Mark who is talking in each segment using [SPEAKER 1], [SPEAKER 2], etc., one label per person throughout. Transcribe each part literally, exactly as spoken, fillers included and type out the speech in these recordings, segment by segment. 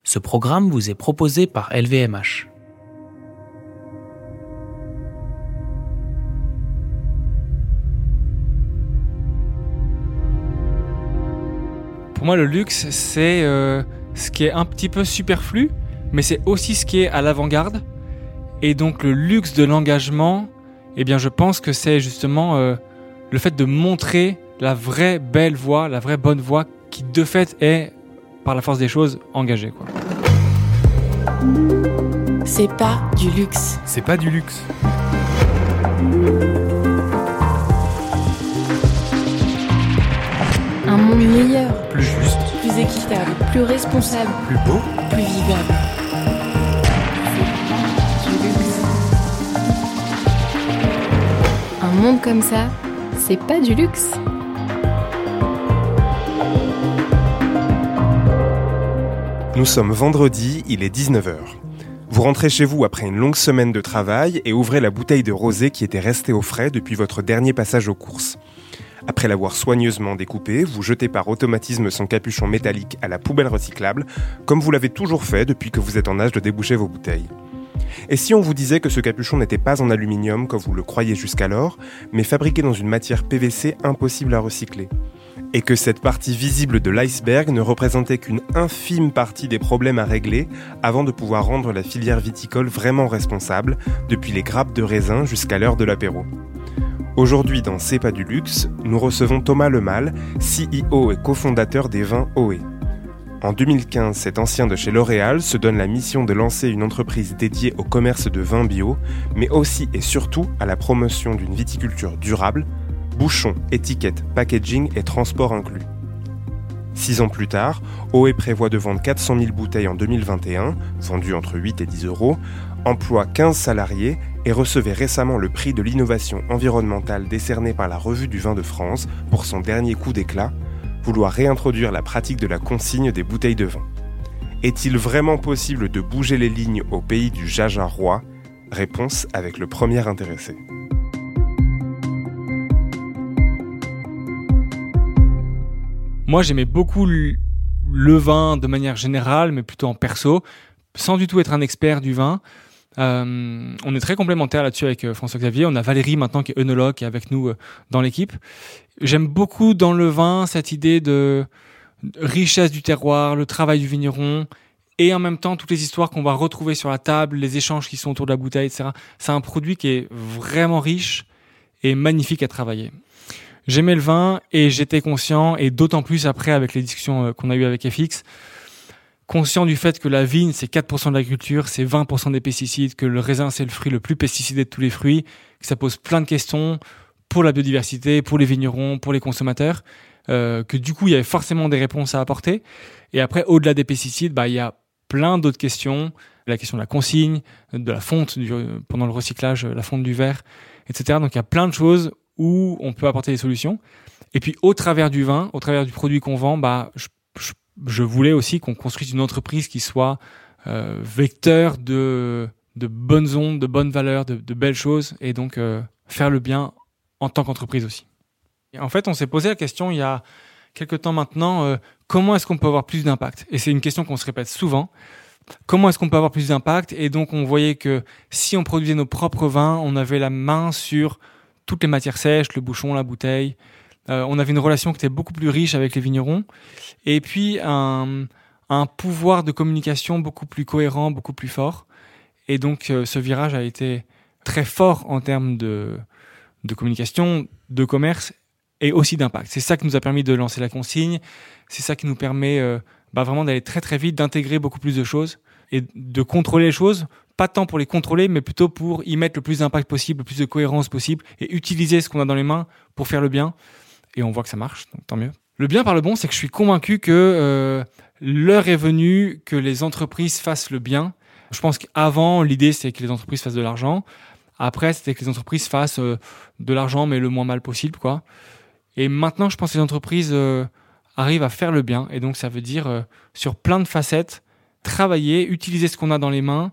[SPEAKER 1] Ce programme vous est proposé par L V M H.
[SPEAKER 2] Pour moi, le luxe, c'est euh, ce qui est un petit peu superflu, mais c'est aussi ce qui est à l'avant-garde. Et donc, le luxe de l'engagement, eh bien, je pense que c'est justement euh, le fait de montrer la vraie belle voie, la vraie bonne voie, qui de fait est, par la force des choses, engagée, quoi.
[SPEAKER 3] C'est pas du luxe.
[SPEAKER 4] C'est pas du luxe.
[SPEAKER 3] Un monde meilleur,
[SPEAKER 4] Plus juste,
[SPEAKER 3] plus équitable, plus responsable,
[SPEAKER 4] plus beau.
[SPEAKER 3] plus vivable. C'est du luxe. Un monde comme ça, c'est pas du luxe.
[SPEAKER 5] Nous sommes vendredi, il est dix-neuf heures. Vous rentrez chez vous après une longue semaine de travail et ouvrez la bouteille de rosé qui était restée au frais depuis votre dernier passage aux courses. Après l'avoir soigneusement découpé, vous jetez par automatisme son capuchon métallique à la poubelle recyclable, comme vous l'avez toujours fait depuis que vous êtes en âge de déboucher vos bouteilles. Et si on vous disait que ce capuchon n'était pas en aluminium comme vous le croyiez jusqu'alors, mais fabriqué dans une matière P V C impossible à recycler ? Et que cette partie visible de l'iceberg ne représentait qu'une infime partie des problèmes à régler avant de pouvoir rendre la filière viticole vraiment responsable, depuis les grappes de raisin jusqu'à l'heure de l'apéro. Aujourd'hui, dans C'est pas du luxe, nous recevons Thomas Lemal, C E O et cofondateur des vins Ohé. En deux mille quinze, cet ancien de chez L'Oréal se donne la mission de lancer une entreprise dédiée au commerce de vins bio, mais aussi et surtout à la promotion d'une viticulture durable, bouchons, étiquettes, packaging et transport inclus. Six ans plus tard, Ohé prévoit de vendre quatre cent mille bouteilles en deux mille vingt et un, vendues entre huit et dix euros, emploie quinze salariés et recevait récemment le prix de l'innovation environnementale décerné par la Revue du vin de France pour son dernier coup d'éclat, vouloir réintroduire la pratique de la consigne des bouteilles de vin. Est-il vraiment possible de bouger les lignes au pays du jaja roi ? Réponse avec le premier intéressé.
[SPEAKER 2] Moi, j'aimais beaucoup le, le vin de manière générale, mais plutôt en perso, sans du tout être un expert du vin. Euh, on est très complémentaires là-dessus avec euh, François-Xavier. On a Valérie maintenant qui est œnologue, qui est avec nous euh, dans l'équipe. J'aime beaucoup dans le vin cette idée de, de richesse du terroir, le travail du vigneron, et en même temps toutes les histoires qu'on va retrouver sur la table, les échanges qui sont autour de la bouteille, et cetera. C'est un produit qui est vraiment riche et magnifique à travailler. J'aimais le vin et j'étais conscient, et d'autant plus après avec les discussions euh, qu'on a eues avec F X, conscient du fait que la vigne, c'est quatre pour cent de l'agriculture, c'est vingt pour cent des pesticides, que le raisin, c'est le fruit le plus pesticidé de tous les fruits, que ça pose plein de questions pour la biodiversité, pour les vignerons, pour les consommateurs, euh, que du coup, il y avait forcément des réponses à apporter. Et après, au-delà des pesticides, bah, il y a plein d'autres questions, la question de la consigne, de la fonte du, pendant le recyclage, la fonte du verre, et cetera. Donc, il y a plein de choses où on peut apporter des solutions. Et puis, au travers du vin, au travers du produit qu'on vend, bah, je, je Je voulais aussi qu'on construise une entreprise qui soit euh, vecteur de, de bonnes ondes, de bonnes valeurs, de, de belles choses, et donc euh, faire le bien en tant qu'entreprise aussi. Et en fait, on s'est posé la question il y a quelques temps maintenant, euh, comment est-ce qu'on peut avoir plus d'impact ? Et c'est une question qu'on se répète souvent. Comment est-ce qu'on peut avoir plus d'impact ? Et donc, on voyait que si on produisait nos propres vins, on avait la main sur toutes les matières sèches, le bouchon, la bouteille. Euh, on avait une relation qui était beaucoup plus riche avec les vignerons, et puis un, un pouvoir de communication beaucoup plus cohérent, beaucoup plus fort. Et donc, euh, ce virage a été très fort en termes de, de communication, de commerce et aussi d'impact. C'est ça qui nous a permis de lancer la consigne, c'est ça qui nous permet euh, bah, vraiment d'aller très très vite, d'intégrer beaucoup plus de choses et de contrôler les choses, pas tant pour les contrôler, mais plutôt pour y mettre le plus d'impact possible, le plus de cohérence possible, et utiliser ce qu'on a dans les mains pour faire le bien. Et on voit que ça marche, donc tant mieux. Le bien par le bon, c'est que je suis convaincu que euh, l'heure est venue que les entreprises fassent le bien. Je pense qu'avant, l'idée, c'est que les entreprises fassent de l'argent. Après, c'était que les entreprises fassent euh, de l'argent, mais le moins mal possible, quoi. Et maintenant, je pense que les entreprises euh, arrivent à faire le bien. Et donc, ça veut dire, euh, sur plein de facettes, travailler, utiliser ce qu'on a dans les mains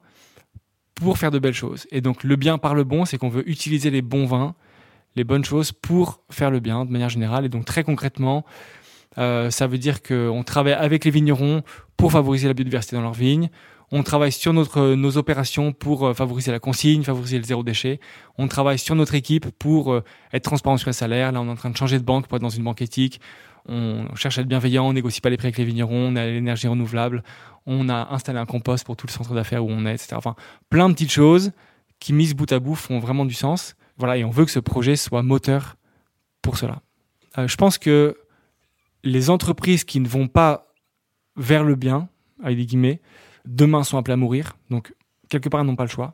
[SPEAKER 2] pour faire de belles choses. Et donc, le bien par le bon, c'est qu'on veut utiliser les bons vins, les bonnes choses pour faire le bien de manière générale. Et donc, très concrètement, Euh, ça veut dire qu'on travaille avec les vignerons pour favoriser la biodiversité dans leurs vignes. On travaille sur notre, nos opérations pour favoriser la consigne, favoriser le zéro déchet. On travaille sur notre équipe pour euh, être transparent sur les salaires. Là, on est en train de changer de banque pour être dans une banque éthique. On cherche à être bienveillant, on négocie pas les prix avec les vignerons, on a l'énergie renouvelable. On a installé un compost pour tout le centre d'affaires où on est, et cetera. Enfin, plein de petites choses qui, mises bout à bout, font vraiment du sens. Voilà, et on veut que ce projet soit moteur pour cela. Euh, je pense que les entreprises qui ne vont pas vers le bien, avec des guillemets, demain sont appelées à mourir. Donc, quelque part, elles n'ont pas le choix.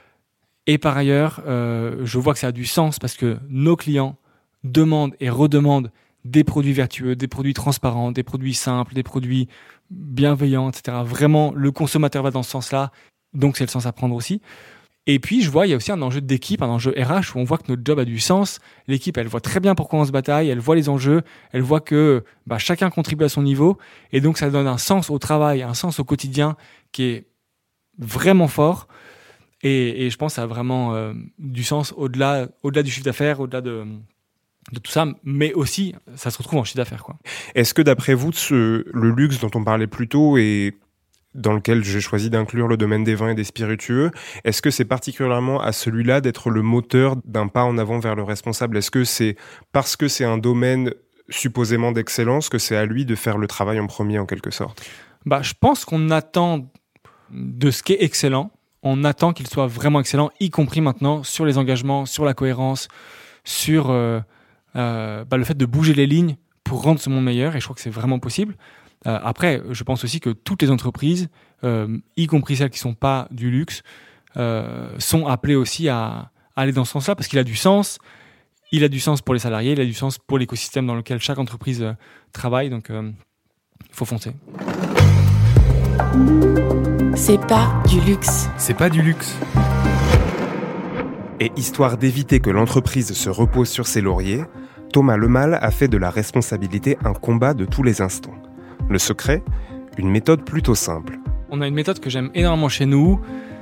[SPEAKER 2] Et par ailleurs, euh, je vois que ça a du sens parce que nos clients demandent et redemandent des produits vertueux, des produits transparents, des produits simples, des produits bienveillants, et cetera. Vraiment, le consommateur va dans ce sens-là, donc c'est le sens à prendre aussi. Et puis, je vois, il y a aussi un enjeu d'équipe, un enjeu R H, où on voit que notre job a du sens. L'équipe, elle voit très bien pourquoi on se bataille, elle voit les enjeux, elle voit que bah, chacun contribue à son niveau, et donc ça donne un sens au travail, un sens au quotidien qui est vraiment fort. Et, et je pense que ça a vraiment euh, du sens au-delà, au-delà du chiffre d'affaires, au-delà de... de tout ça, mais aussi, ça se retrouve en chiffre d'affaires, quoi.
[SPEAKER 5] Est-ce que d'après vous, ce, le luxe dont on parlait plus tôt et dans lequel j'ai choisi d'inclure le domaine des vins et des spiritueux, est-ce que c'est particulièrement à celui-là d'être le moteur d'un pas en avant vers le responsable ? Est-ce que c'est parce que c'est un domaine supposément d'excellence que c'est à lui de faire le travail en premier, en quelque sorte ?
[SPEAKER 2] Bah, je pense qu'on attend de ce qui est excellent, on attend qu'il soit vraiment excellent, y compris maintenant sur les engagements, sur la cohérence, sur... Euh, Euh, bah, le fait de bouger les lignes pour rendre ce monde meilleur, et je crois que c'est vraiment possible. Euh, après, je pense aussi que toutes les entreprises, euh, y compris celles qui ne sont pas du luxe, euh, sont appelées aussi à, à aller dans ce sens-là, parce qu'il a du sens. Il a du sens pour les salariés, il a du sens pour l'écosystème dans lequel chaque entreprise euh, travaille, donc il euh, faut foncer.
[SPEAKER 3] C'est pas du luxe.
[SPEAKER 4] C'est pas du luxe.
[SPEAKER 5] Et histoire d'éviter que l'entreprise se repose sur ses lauriers, Thomas Lemal a fait de la responsabilité un combat de tous les instants. Le secret ? Une méthode plutôt simple.
[SPEAKER 2] On a une méthode que j'aime énormément chez nous,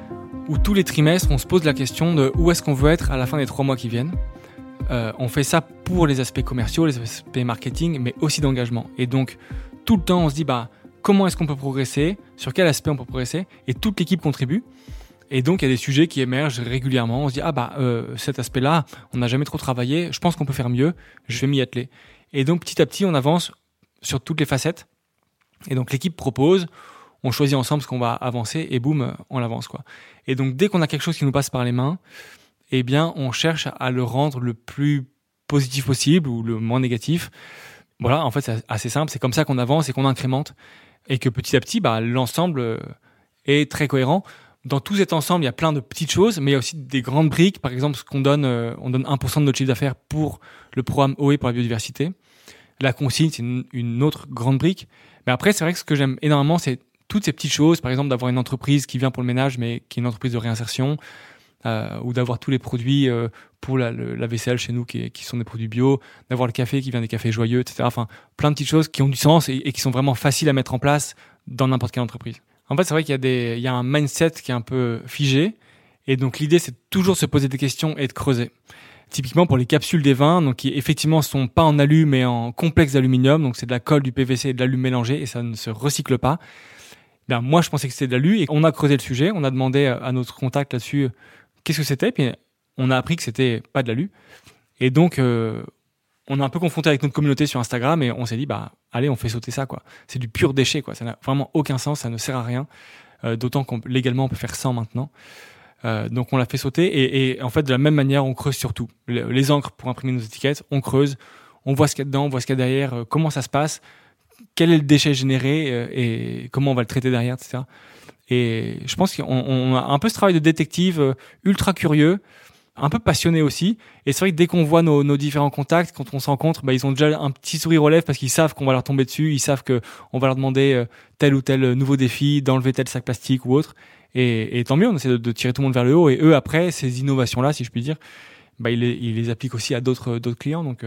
[SPEAKER 2] où tous les trimestres, on se pose la question de où est-ce qu'on veut être à la fin des trois mois qui viennent. Euh, on fait ça pour les aspects commerciaux, les aspects marketing, mais aussi d'engagement. Et donc, tout le temps, on se dit bah, comment est-ce qu'on peut progresser, sur quel aspect on peut progresser, et toute l'équipe contribue. Et donc, il y a des sujets qui émergent régulièrement. On se dit, ah bah, euh, cet aspect-là, on n'a jamais trop travaillé. Je pense qu'on peut faire mieux. Je vais m'y atteler. Et donc, petit à petit, on avance sur toutes les facettes. Et donc, l'équipe propose. On choisit ensemble ce qu'on va avancer. Et boum, on avance, quoi. Et donc, dès qu'on a quelque chose qui nous passe par les mains, eh bien, on cherche à le rendre le plus positif possible ou le moins négatif. Voilà, en fait, c'est assez simple. C'est comme ça qu'on avance et qu'on incrémente. Et que petit à petit, bah, l'ensemble est très cohérent. Dans tout cet ensemble, il y a plein de petites choses, mais il y a aussi des grandes briques. Par exemple, ce qu'on donne, euh, on donne un pour cent de notre chiffre d'affaires pour le programme O E pour la biodiversité. La consigne, c'est une, une autre grande brique. Mais après, c'est vrai que ce que j'aime énormément, c'est toutes ces petites choses. Par exemple, d'avoir une entreprise qui vient pour le ménage, mais qui est une entreprise de réinsertion, euh, ou d'avoir tous les produits euh, pour la, le, la vaisselle chez nous qui, qui sont des produits bio, d'avoir le café qui vient des cafés joyeux, et cetera. Enfin, plein de petites choses qui ont du sens et, et qui sont vraiment faciles à mettre en place dans n'importe quelle entreprise. En fait, c'est vrai qu'il y a des, il y a un mindset qui est un peu figé. Et donc, l'idée, c'est de toujours se poser des questions et de creuser. Typiquement, pour les capsules des vins, donc, qui effectivement sont pas en alu, mais en complexe d'aluminium. Donc, c'est de la colle, du P V C et de l'alu mélangé et ça ne se recycle pas. Bien, moi, je pensais que c'était de l'alu et on a creusé le sujet. On a demandé à notre contact là-dessus qu'est-ce que c'était. Puis, on a appris que c'était pas de l'alu. Et donc, euh, on a un peu confronté avec notre communauté sur Instagram et on s'est dit, bah, allez, on fait sauter ça, quoi. C'est du pur déchet, quoi. Ça n'a vraiment aucun sens, ça ne sert à rien. Euh, d'autant qu'on légalement, on peut faire sans maintenant. Euh, donc, on l'a fait sauter et, et en fait, de la même manière, on creuse sur tout. Les, les encres pour imprimer nos étiquettes, on creuse, on voit ce qu'il y a dedans, on voit ce qu'il y a derrière, euh, comment ça se passe, quel est le déchet généré euh, et comment on va le traiter derrière, et cetera. Et je pense qu'on on a un peu ce travail de détective euh, ultra curieux, un peu passionné aussi. Et c'est vrai que dès qu'on voit nos, nos différents contacts, quand on se rencontre, bah, ils ont déjà un petit sourire aux lèvres parce qu'ils savent qu'on va leur tomber dessus, ils savent que on va leur demander euh, tel ou tel nouveau défi, d'enlever tel sac plastique ou autre. Et, et tant mieux, on essaie de, de tirer tout le monde vers le haut. Et eux, après, ces innovations-là, si je puis dire, bah, ils, les, ils les appliquent aussi à d'autres, d'autres clients. Donc, euh,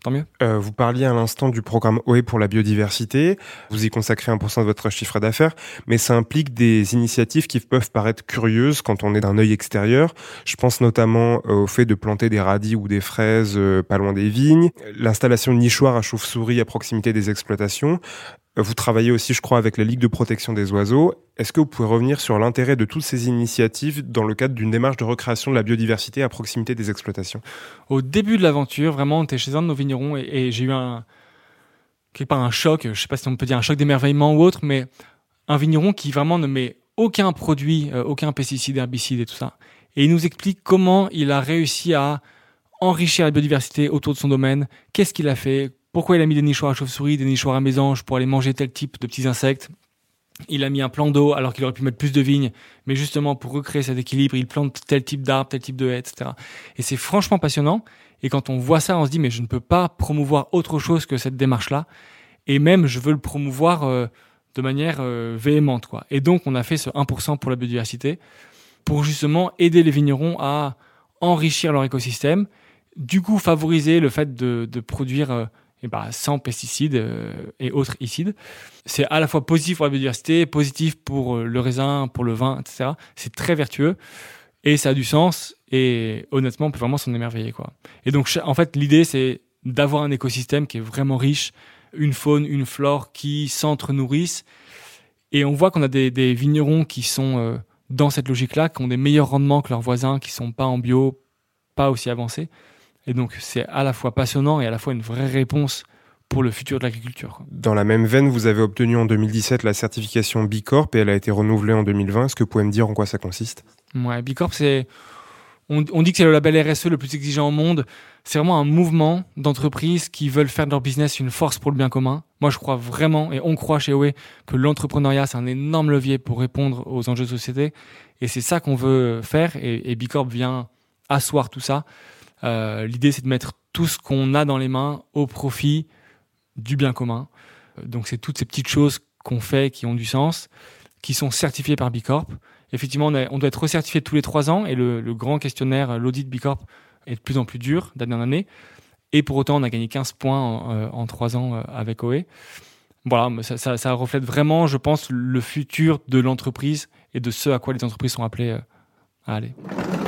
[SPEAKER 2] tant mieux.
[SPEAKER 5] Euh, vous parliez à l'instant du programme O E pour la biodiversité. Vous y consacrez un pour cent de votre chiffre d'affaires, mais ça implique des initiatives qui peuvent paraître curieuses quand on est d'un œil extérieur. Je pense notamment au fait de planter des radis ou des fraises euh, pas loin des vignes, l'installation de nichoirs à chauves-souris à proximité des exploitations. Vous travaillez aussi, je crois, avec la Ligue de protection des oiseaux. Est-ce que vous pouvez revenir sur l'intérêt de toutes ces initiatives dans le cadre d'une démarche de recréation de la biodiversité à proximité des exploitations ?
[SPEAKER 2] Au début de l'aventure, vraiment, on était chez un de nos vignerons et, et j'ai eu un, quelque part un choc, je ne sais pas si on peut dire un choc d'émerveillement ou autre, mais un vigneron qui vraiment ne met aucun produit, euh, aucun pesticide, herbicide et tout ça. Et il nous explique comment il a réussi à enrichir la biodiversité autour de son domaine, qu'est-ce qu'il a fait, pourquoi il a mis des nichoirs à chauves-souris, des nichoirs à mésanges pour aller manger tel type de petits insectes. Il a mis un plan d'eau alors qu'il aurait pu mettre plus de vignes, mais justement pour recréer cet équilibre, il plante tel type d'arbre, tel type de haie, et cetera. Et c'est franchement passionnant. Et quand on voit ça, on se dit mais je ne peux pas promouvoir autre chose que cette démarche-là. Et même je veux le promouvoir euh, de manière euh, véhémente, quoi. Et donc on a fait ce un pour cent pour la biodiversité pour justement aider les vignerons à enrichir leur écosystème, du coup favoriser le fait de, de produire euh, et bah, sans pesticides euh, et autres icides. C'est à la fois positif pour la biodiversité, positif pour le raisin, pour le vin, et cetera. C'est très vertueux et ça a du sens et honnêtement, on peut vraiment s'en émerveiller, quoi. Et donc, en fait, l'idée, c'est d'avoir un écosystème qui est vraiment riche, une faune, une flore qui s'entre-nourrissent. Et on voit qu'on a des, des vignerons qui sont euh, dans cette logique-là, qui ont des meilleurs rendements que leurs voisins, qui sont pas en bio, pas aussi avancés. Et donc, c'est à la fois passionnant et à la fois une vraie réponse pour le futur de l'agriculture.
[SPEAKER 5] Dans la même veine, vous avez obtenu en deux mille dix-sept la certification B Corp et elle a été renouvelée en deux mille vingt. Est-ce que vous pouvez me dire en quoi ça consiste ?
[SPEAKER 2] Ouais, B Corp, c'est... On, on dit que c'est le label R S E le plus exigeant au monde. C'est vraiment un mouvement d'entreprises qui veulent faire de leur business une force pour le bien commun. Moi, je crois vraiment, et on croit chez O E, que l'entrepreneuriat, c'est un énorme levier pour répondre aux enjeux de société. Et c'est ça qu'on veut faire. Et, et B Corp vient asseoir tout ça. Euh, l'idée, c'est de mettre tout ce qu'on a dans les mains au profit du bien commun. Donc, c'est toutes ces petites choses qu'on fait qui ont du sens, qui sont certifiées par B Corp. Effectivement, on, a, on doit être recertifié tous les trois ans et le, le grand questionnaire, l'audit B Corp, est de plus en plus dur d'année en année. Et pour autant, on a gagné quinze points en, euh, en trois ans euh, avec O E. Voilà, ça, ça, ça reflète vraiment, je pense, le futur de l'entreprise et de ce à quoi les entreprises sont appelées euh, à aller.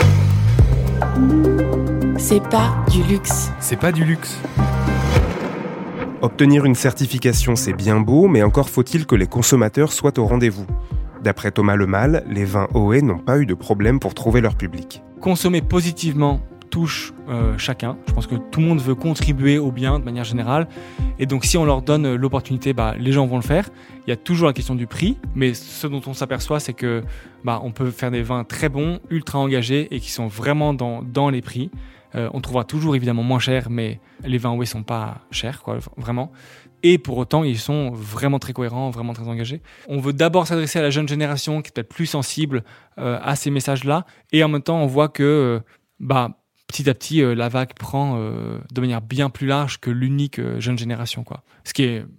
[SPEAKER 3] C'est pas du luxe.
[SPEAKER 4] C'est pas du luxe.
[SPEAKER 5] Obtenir une certification, c'est bien beau, mais encore faut-il que les consommateurs soient au rendez-vous. D'après Thomas Lemal, les vins O E n'ont pas eu de problème pour trouver leur public.
[SPEAKER 2] Consommer positivement touche euh, chacun. Je pense que tout le monde veut contribuer au bien de manière générale. Et donc, si on leur donne l'opportunité, bah, les gens vont le faire. Il y a toujours la question du prix, mais ce dont on s'aperçoit, c'est que bah, on peut faire des vins très bons, ultra engagés et qui sont vraiment dans, dans les prix. Euh, on trouvera toujours évidemment moins cher, mais les vins O E sont pas chers, quoi, vraiment. Et pour autant, ils sont vraiment très cohérents, vraiment très engagés. On veut d'abord s'adresser à la jeune génération qui est peut-être plus sensible euh, à ces messages-là. Et en même temps, on voit que euh, bah, petit à petit, euh, la vague prend euh, de manière bien plus large que l'unique euh, jeune génération, quoi. Ce qui est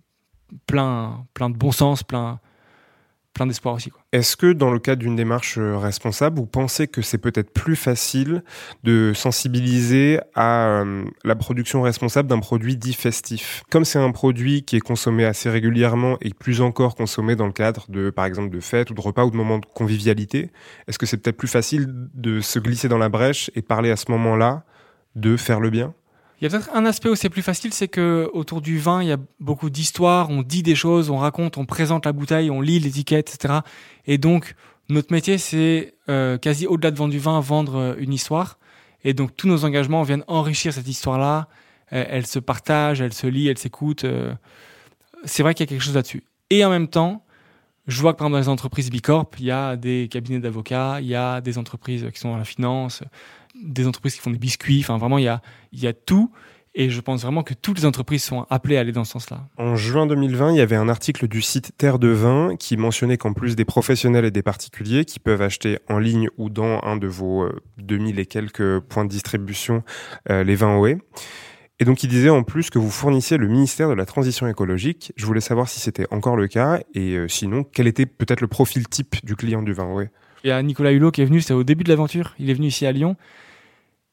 [SPEAKER 2] plein, plein de bon sens, plein, plein d'espoir aussi, quoi.
[SPEAKER 5] Est-ce que dans le cadre d'une démarche responsable, vous pensez que c'est peut-être plus facile de sensibiliser à euh, la production responsable d'un produit dit festif ? Comme c'est un produit qui est consommé assez régulièrement et plus encore consommé dans le cadre de, par exemple, de fêtes ou de repas ou de moments de convivialité, est-ce que c'est peut-être plus facile de se glisser dans la brèche et parler à ce moment-là de faire le bien ?
[SPEAKER 2] Il y a peut-être un aspect où c'est plus facile, c'est que autour du vin, il y a beaucoup d'histoires, on dit des choses, on raconte, on présente la bouteille, on lit l'étiquette, et cetera. Et donc, notre métier, c'est euh, quasi au-delà de vendre du vin, vendre une histoire. Et donc, tous nos engagements viennent enrichir cette histoire-là. Elle, elle se partage, elle se lit, elle s'écoute. Euh, c'est vrai qu'il y a quelque chose là-dessus. Et en même temps, je vois que par exemple dans les entreprises B Corp, il y a des cabinets d'avocats, il y a des entreprises qui sont dans la finance, des entreprises qui font des biscuits, enfin vraiment il y a, il y a tout et je pense vraiment que toutes les entreprises sont appelées à aller dans ce sens-là.
[SPEAKER 5] En juin deux mille vingt, il y avait un article du site Terre de Vin qui mentionnait qu'en plus des professionnels et des particuliers qui peuvent acheter en ligne ou dans un de vos euh, deux mille et quelques points de distribution euh, les vins O E. Et donc, il disait en plus que vous fournissiez le ministère de la Transition écologique. Je voulais savoir si c'était encore le cas et euh, sinon, quel était peut-être le profil type du client du vin O E ?
[SPEAKER 2] Il y a Nicolas Hulot qui est venu, c'était au début de l'aventure, il est venu ici à Lyon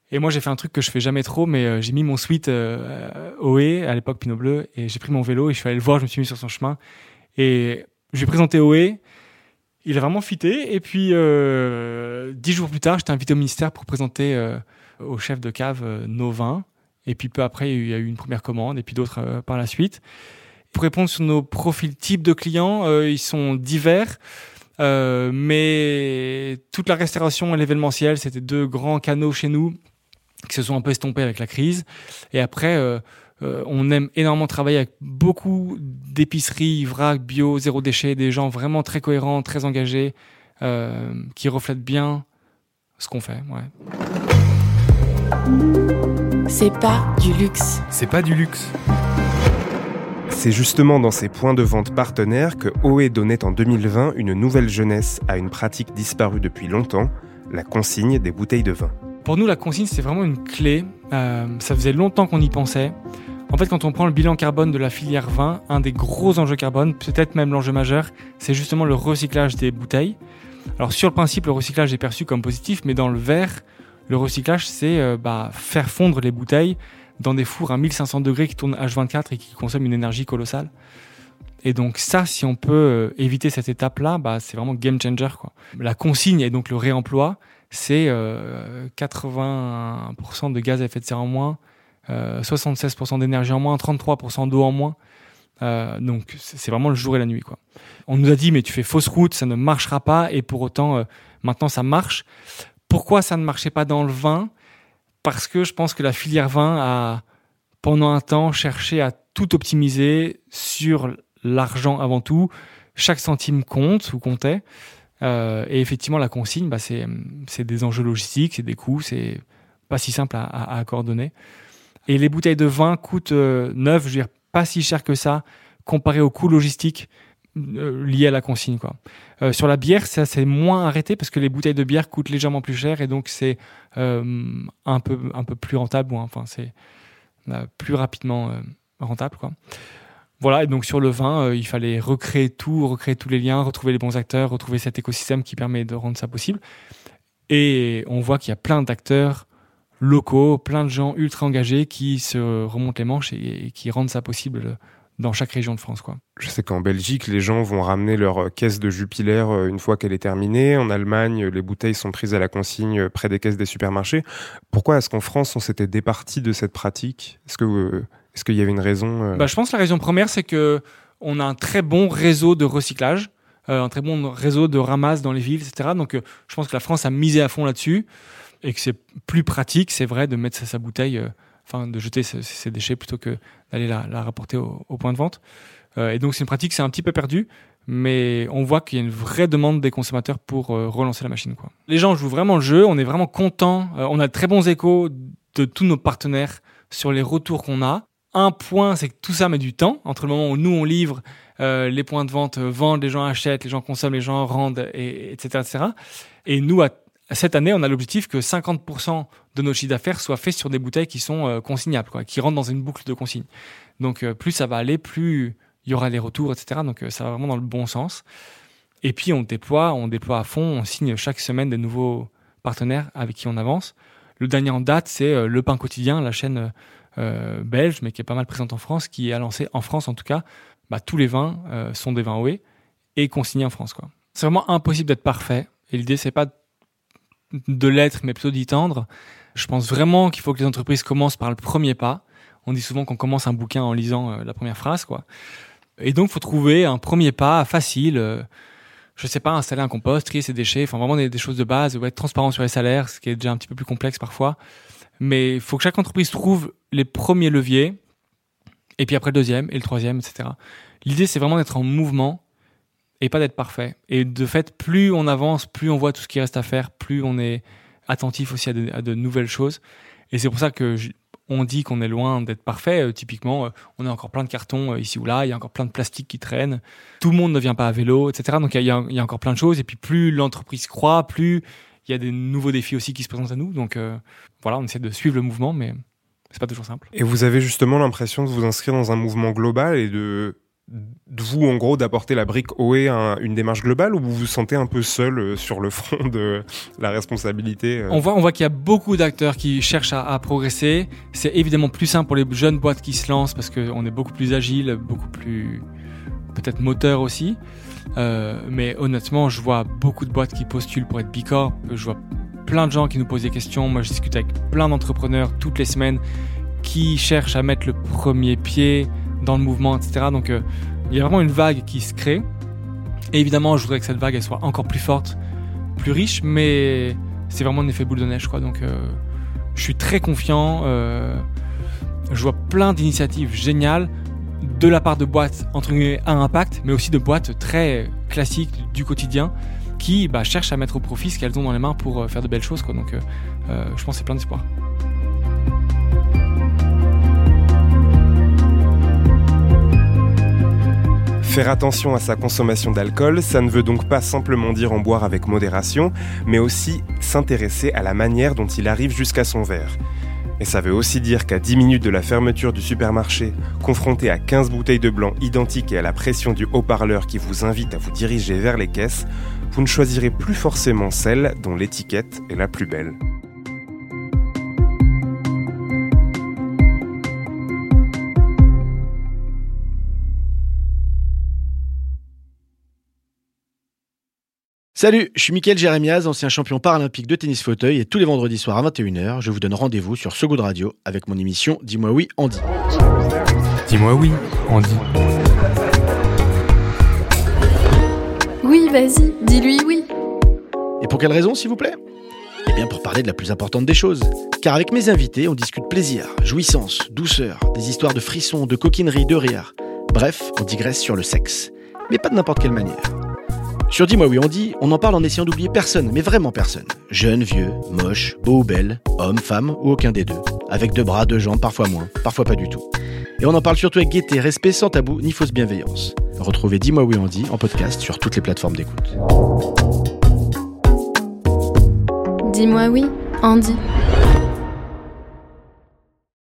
[SPEAKER 2] Et moi, j'ai fait un truc que je fais jamais trop, mais euh, j'ai mis mon sweat euh, O E, à l'époque Pinot Bleu, et j'ai pris mon vélo et je suis allé le voir, je me suis mis sur son chemin. Et je lui ai présenté O E, il a vraiment fité. Et puis, euh, dix jours plus tard, j'étais invité au ministère pour présenter euh, au chef de cave euh, nos vins. Et puis peu après, il y a eu une première commande et puis d'autres euh, par la suite. Pour répondre sur nos profils types de clients, euh, ils sont divers. Euh, mais toute la restauration et l'événementiel, c'était deux grands canaux chez nous qui se sont un peu estompés avec la crise. Et après, euh, euh, on aime énormément travailler avec beaucoup d'épiceries, vrac, bio, zéro déchet, des gens vraiment très cohérents, très engagés, euh, qui reflètent bien ce qu'on fait. Ouais.
[SPEAKER 3] C'est pas du luxe.
[SPEAKER 5] C'est pas du luxe. C'est justement dans ces points de vente partenaires que O E donnait en deux mille vingt une nouvelle jeunesse à une pratique disparue depuis longtemps, la consigne des bouteilles de vin.
[SPEAKER 2] Pour nous, la consigne, c'est vraiment une clé. Euh, ça faisait longtemps qu'on y pensait. En fait, quand on prend le bilan carbone de la filière vin, un des gros enjeux carbone, peut-être même l'enjeu majeur, c'est justement le recyclage des bouteilles. Alors sur le principe, le recyclage est perçu comme positif, mais dans le verre, le recyclage, c'est euh, bah, faire fondre les bouteilles dans des fours à mille cinq cents degrés qui tournent H vingt-quatre et qui consomment une énergie colossale. Et donc ça, si on peut euh, éviter cette étape-là, bah, c'est vraiment game changer, quoi. La consigne et donc le réemploi, c'est euh, quatre-vingts pour cent de gaz à effet de serre en moins, euh, soixante-seize pour cent d'énergie en moins, trente-trois pour cent d'eau en moins. Euh, donc c'est vraiment le jour et la nuit, quoi. On nous a dit mais tu fais fausse route, ça ne marchera pas, et pour autant euh, maintenant ça marche. Pourquoi ça ne marchait pas dans le vin ? Parce que je pense que la filière vin a pendant un temps cherché à tout optimiser sur l'argent avant tout. Chaque centime compte ou comptait. Euh, et effectivement, la consigne, bah, c'est, c'est des enjeux logistiques, c'est des coûts, c'est pas si simple à, à, à coordonner. Et les bouteilles de vin coûtent euh, neuves, je veux dire, pas si cher que ça, comparé aux coûts logistiques euh, liés à la consigne, quoi. Euh, sur la bière, ça c'est moins arrêté parce que les bouteilles de bière coûtent légèrement plus cher et donc c'est euh, un peu un peu plus rentable, ou enfin c'est euh, plus rapidement euh, rentable, quoi. Voilà, et donc sur le vin, euh, il fallait recréer tout, recréer tous les liens, retrouver les bons acteurs, retrouver cet écosystème qui permet de rendre ça possible. Et on voit qu'il y a plein d'acteurs locaux, plein de gens ultra engagés qui se remontent les manches et, et qui rendent ça possible dans chaque région de France, quoi.
[SPEAKER 5] Je sais qu'en Belgique, les gens vont ramener leur caisse de Jupiler une fois qu'elle est terminée. En Allemagne, les bouteilles sont prises à la consigne près des caisses des supermarchés. Pourquoi est-ce qu'en France, on s'était départi de cette pratique ? Est-ce que, euh, est-ce qu'il y avait une raison euh...
[SPEAKER 2] bah, Je pense que la raison première, c'est que on a un très bon réseau de recyclage, euh, un très bon réseau de ramasse dans les villes, et cetera. Donc, euh, je pense que la France a misé à fond là-dessus et que c'est plus pratique, c'est vrai, de mettre sa, sa bouteille... Euh, enfin de jeter ses, ses déchets plutôt que d'aller la, la rapporter au, au point de vente. Euh, et donc c'est une pratique, c'est un petit peu perdu, mais on voit qu'il y a une vraie demande des consommateurs pour euh, relancer la machine, quoi. Les gens jouent vraiment le jeu, on est vraiment contents, euh, on a de très bons échos de tous nos partenaires sur les retours qu'on a. Un point, c'est que tout ça met du temps, entre le moment où nous on livre, euh, les points de vente vendent, les gens achètent, les gens consomment, les gens rendent, et, etc., et cetera. Et nous, à cette année, on a l'objectif que cinquante pour cent de nos chiffres d'affaires soient faits sur des bouteilles qui sont euh, consignables, quoi, qui rentrent dans une boucle de consigne. Donc, euh, plus ça va aller, plus il y aura les retours, et cetera. Donc, euh, ça va vraiment dans le bon sens. Et puis, on déploie, on déploie à fond, on signe chaque semaine des nouveaux partenaires avec qui on avance. Le dernier en date, c'est euh, Le Pain Quotidien, la chaîne euh, belge, mais qui est pas mal présente en France, qui a lancé, en France en tout cas, bah, tous les vins euh, sont des vins O E et consignés en France, quoi. C'est vraiment impossible d'être parfait. Et l'idée, c'est pas de l'être, mais plutôt d'y tendre. Je pense vraiment qu'il faut que les entreprises commencent par le premier pas. On dit souvent qu'on commence un bouquin en lisant euh, la première phrase, quoi. Et donc, il faut trouver un premier pas facile. Euh, je sais pas, installer un compost, trier ses déchets, enfin vraiment des, des choses de base, ou être transparent sur les salaires, ce qui est déjà un petit peu plus complexe parfois. Mais il faut que chaque entreprise trouve les premiers leviers, et puis après le deuxième, et le troisième, et cetera. L'idée, c'est vraiment d'être en mouvement, et pas d'être parfait. Et de fait, plus on avance, plus on voit tout ce qui reste à faire, plus on est attentif aussi à de, à de nouvelles choses. Et c'est pour ça que je, on dit qu'on est loin d'être parfait. Euh, typiquement, euh, on a encore plein de cartons euh, ici ou là, il y a encore plein de plastique qui traîne. Tout le monde ne vient pas à vélo, et cetera. Donc il y a, il y a encore plein de choses. Et puis plus l'entreprise croît, plus il y a des nouveaux défis aussi qui se présentent à nous. Donc euh, voilà, on essaie de suivre le mouvement, mais c'est pas toujours simple.
[SPEAKER 5] Et vous avez justement l'impression de vous inscrire dans un mouvement global et de de vous, en gros, d'apporter la brique O E à une démarche globale, ou vous vous sentez un peu seul euh, sur le front de la responsabilité euh...
[SPEAKER 2] On voit, on voit qu'il y a beaucoup d'acteurs qui cherchent à, à progresser. C'est évidemment plus simple pour les jeunes boîtes qui se lancent parce qu'on est beaucoup plus agile, beaucoup plus peut-être moteur aussi. Euh, mais honnêtement, je vois beaucoup de boîtes qui postulent pour être B Corp. Je vois plein de gens qui nous posent des questions. Moi, je discute avec plein d'entrepreneurs toutes les semaines qui cherchent à mettre le premier pied dans le mouvement, et cetera. Donc, euh, il y a vraiment une vague qui se crée. Et évidemment, je voudrais que cette vague elle soit encore plus forte, plus riche, mais c'est vraiment un effet boule de neige, quoi. Donc, euh, je suis très confiant. Euh, je vois plein d'initiatives géniales de la part de boîtes entre guillemets à impact, mais aussi de boîtes très classiques du quotidien qui bah, cherchent à mettre au profit ce qu'elles ont dans les mains pour euh, faire de belles choses, quoi. Donc, euh, euh, je pense que c'est plein d'espoir.
[SPEAKER 5] Faire attention à sa consommation d'alcool, ça ne veut donc pas simplement dire en boire avec modération, mais aussi s'intéresser à la manière dont il arrive jusqu'à son verre. Et ça veut aussi dire qu'à dix minutes de la fermeture du supermarché, confronté à quinze bouteilles de blanc identiques et à la pression du haut-parleur qui vous invite à vous diriger vers les caisses, vous ne choisirez plus forcément celle dont l'étiquette est la plus belle.
[SPEAKER 4] Salut, je suis Mickaël Jérémiaz, ancien champion paralympique de tennis fauteuil, et tous les vendredis soirs à vingt et une heures, je vous donne rendez-vous sur So Good Radio avec mon émission Dis-moi oui, Andy.
[SPEAKER 1] Dis-moi oui, Andy.
[SPEAKER 3] Oui, vas-y, dis-lui oui.
[SPEAKER 4] Et pour quelle raison, s'il vous plaît ? Eh bien pour parler de la plus importante des choses. Car avec mes invités, on discute plaisir, jouissance, douceur, des histoires de frissons, de coquinerie, de rire. Bref, on digresse sur le sexe. Mais pas de n'importe quelle manière. Sur Dis-moi oui, on dit, on en parle en essayant d'oublier personne, mais vraiment personne. Jeune, vieux, moche, beau ou belle, homme, femme ou aucun des deux. Avec deux bras, deux jambes, parfois moins, parfois pas du tout. Et on en parle surtout avec gaieté, respect, sans tabou, ni fausse bienveillance. Retrouvez Dis-moi oui, on dit en podcast sur toutes les plateformes d'écoute.
[SPEAKER 3] Dis-moi oui, Andy.